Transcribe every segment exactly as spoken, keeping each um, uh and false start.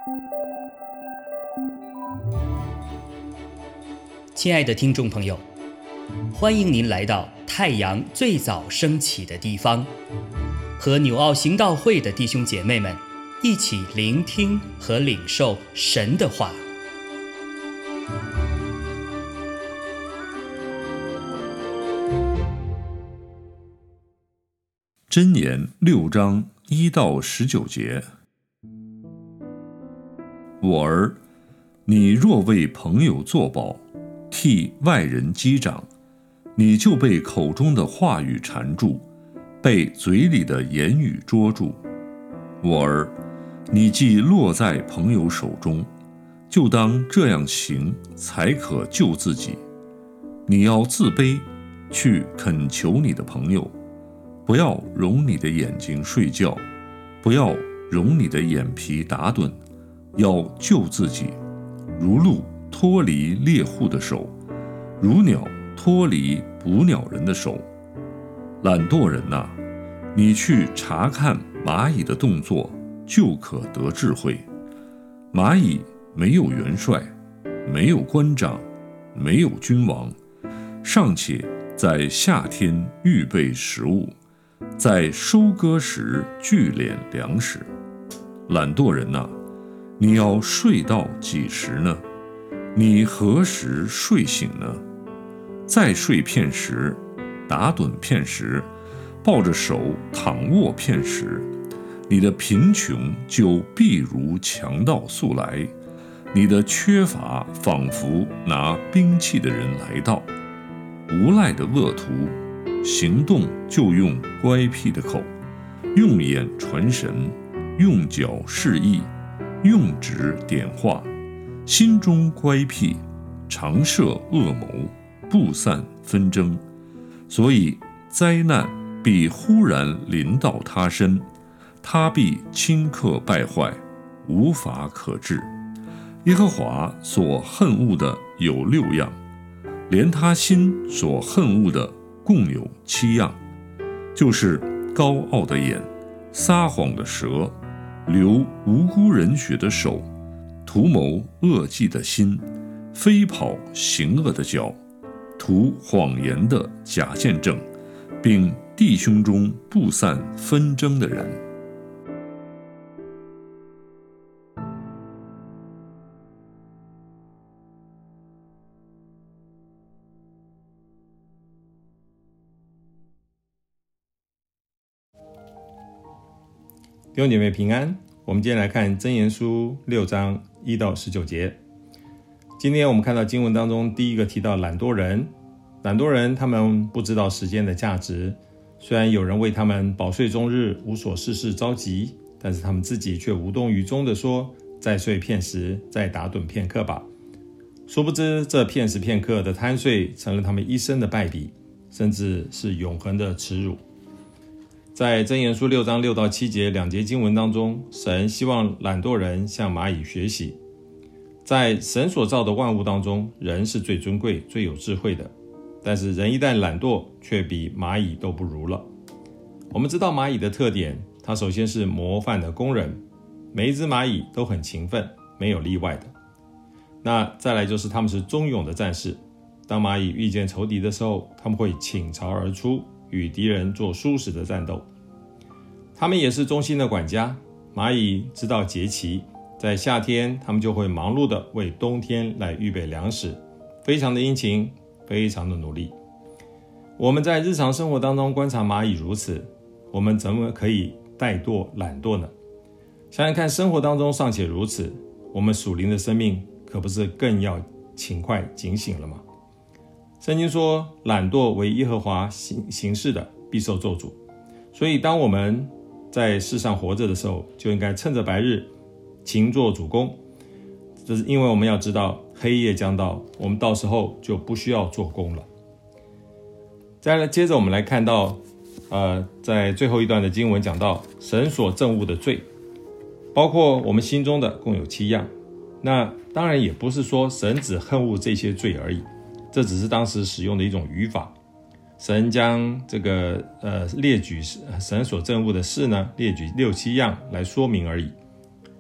亲爱的听众朋友，欢迎您来到太阳最早升起的地方，和纽奥行道会的弟兄姐妹们一起聆听和领受神的话。 箴言六章一到十九节。我儿，你若为朋友作保，替外人击掌，你就被口中的话语缠住，被嘴里的言语捉住。我儿，你既落在朋友手中，就当这样行，才可救自己。你要自卑，去恳求你的朋友，不要容你的眼睛睡觉，不要容你的眼皮打盹，要救自己。如鹿脱离猎户的手，如鸟脱离捕鸟人的手。懒惰人哪、啊，你去查看蚂蚁的动作，就可得智慧。蚂蚁没有元帅，没有官长，没有君王，尚且在夏天预备食物，在收割时聚敛粮食。懒惰人哪、啊，你要睡到几时呢？你何时睡醒呢？再睡片时，打盹片时，抱着手躺卧片时，你的贫穷就必如强盗速来，你的缺乏仿佛拿兵器的人来到。无赖的恶徒，行动就用乖僻的口，用眼传神，用脚示意，用指点画，心中乖僻，常设恶谋，不散纷争。所以灾难必忽然临到他身，他必顷刻败坏，无法可治。耶和华所恨恶的有六样，连他心所恨恶的共有七样，就是高傲的眼，撒谎的舌，流无辜人血的手，图谋恶计的心，飞跑行恶的脚，图谎言的假见证，并弟兄中不散纷争的人。 弟兄姐妹平安，我们今天来看箴言书六章一到十九节。今天我们看到经文当中第一个提到懒惰人，懒惰人他们不知道时间的价值，虽然有人为他们饱睡终日，无所事事着急，但是他们自己却无动于衷地说，再睡片时，再打盹片刻吧。殊不知这片时片刻的贪睡成了他们一生的败笔，甚至是永恒的耻辱。在箴言书六章六到七节两节经文当中，神希望懒惰人向蚂蚁学习。在神所造的万物当中，人是最尊贵最有智慧的，但是人一旦懒惰，却比蚂蚁都不如了。我们知道蚂蚁的特点，它首先是模范的工人，每一只蚂蚁都很勤奋，没有例外的。那再来就是他们是忠勇的战士，当蚂蚁遇见仇敌的时候，他们会倾巢而出，与敌人做殊死的战斗。他们也是忠心的管家，蚂蚁知道节期，在夏天他们就会忙碌的为冬天来预备粮食，非常的殷勤，非常的努力。我们在日常生活当中观察蚂蚁如此，我们怎么可以怠惰懒惰呢？想想看，生活当中尚且如此，我们属灵的生命可不是更要勤快警醒了吗？圣经说，懒惰为耶和华行行事的，必受咒诅。所以当我们在世上活着的时候，就应该趁着白日勤做主工。这是因为我们要知道黑夜将到，我们到时候就不需要做工了。再来，接着我们来看到呃，在最后一段的经文讲到神所憎恶的罪，包括我们心中的共有七样。那当然也不是说神只恨恶这些罪而已，这只是当时使用的一种语法。神将这个呃列举神所憎恶的事呢，列举六七样来说明而已。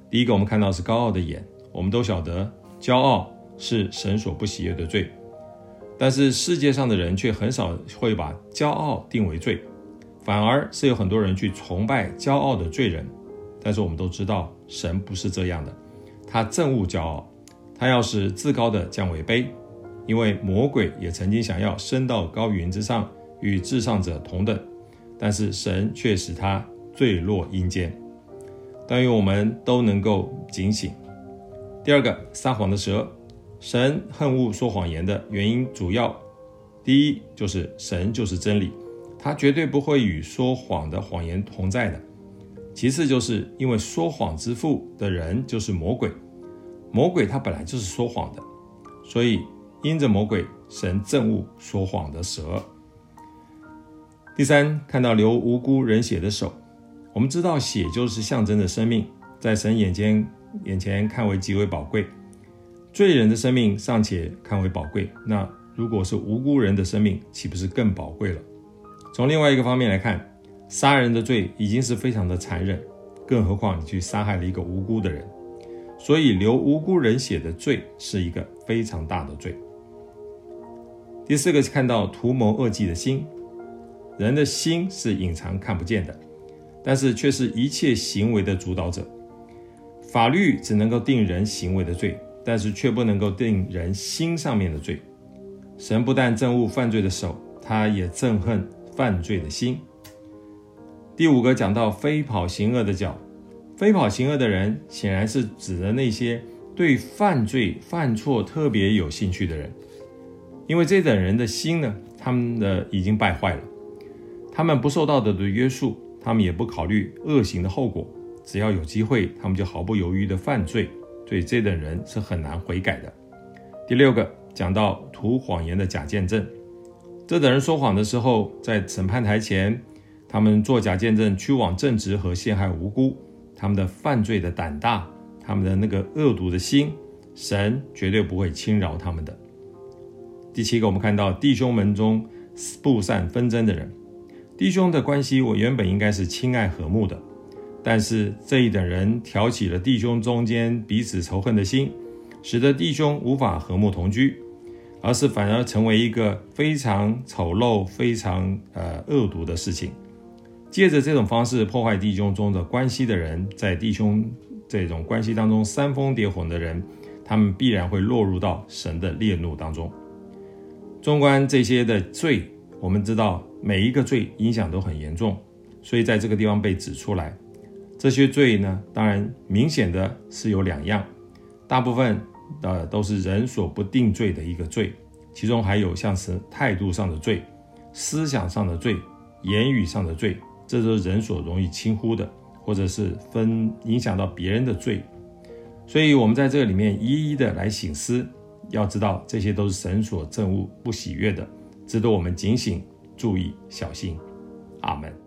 第一个我们看到是高傲的眼，我们都晓得骄傲是神所不喜悦的罪，但是世界上的人却很少会把骄傲定为罪，反而是有很多人去崇拜骄傲的罪人。但是我们都知道神不是这样的，他憎恶骄傲，他要使自高的降为卑，因为魔鬼也曾经想要升到高云之上，与至上者同等，但是神却使他坠落阴间。但愿我们都能够警醒。第二个，撒谎的蛇。神恨恶说谎言的原因主要，第一就是神就是真理，他绝对不会与说谎的谎言同在的。其次就是因为说谎之父的人就是魔鬼，魔鬼他本来就是说谎的，所以因着魔鬼，神憎恶说谎的蛇。第三，看到流无辜人血的手。我们知道血就是象征的生命，在神眼前眼前看为极为宝贵，罪人的生命尚且看为宝贵，那如果是无辜人的生命，岂不是更宝贵了？从另外一个方面来看，杀人的罪已经是非常的残忍，更何况你去杀害了一个无辜的人，所以流无辜人血的罪是一个非常大的罪。第四个是看到图谋恶计的心。人的心是隐藏看不见的，但是却是一切行为的主导者。法律只能够定人行为的罪，但是却不能够定人心上面的罪。神不但憎恶犯罪的手，他也憎恨犯罪的心。第五个讲到飞跑行恶的脚。飞跑行恶的人显然是指的那些对犯罪犯错特别有兴趣的人，因为这等人的心呢，他们的已经败坏了，他们不受道德的约束，他们也不考虑恶行的后果，只要有机会他们就毫不犹豫的犯罪，所以这等人是很难悔改的。第六个讲到图谎言的假见证。这等人说谎的时候，在审判台前，他们做假见证，屈枉正直和陷害无辜，他们的犯罪的胆大，他们的那个恶毒的心，神绝对不会轻饶他们的。第七个，我们看到弟兄们中布散纷争的人。弟兄的关系我原本应该是亲爱和睦的，但是这一等人挑起了弟兄中间彼此仇恨的心，使得弟兄无法和睦同居，而是反而成为一个非常丑陋非常呃恶毒的事情。借着这种方式破坏弟兄中的关系的人，在弟兄这种关系当中煽风点火的人，他们必然会落入到神的烈怒当中。纵观这些的罪，我们知道每一个罪影响都很严重，所以在这个地方被指出来。这些罪呢，当然明显的是有两样，大部分呃都是人所不定罪的一个罪，其中还有像是态度上的罪、思想上的罪、言语上的罪，这都是人所容易轻忽的，或者是分影响到别人的罪。所以我们在这个里面一一的来省思，要知道这些都是神所憎恶不喜悦的，值得我们警醒注意小心。阿们。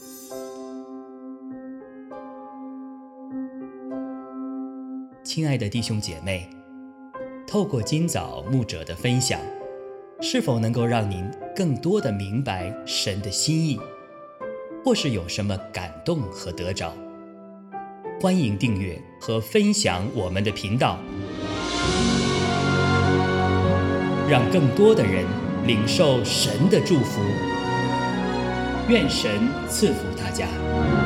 亲爱的弟兄姐妹，透过今早牧者的分享，是否能够让您更多的明白神的心意，或是有什么感动和得着？欢迎订阅和分享我们的频道，让更多的人领受神的祝福。愿神赐福大家。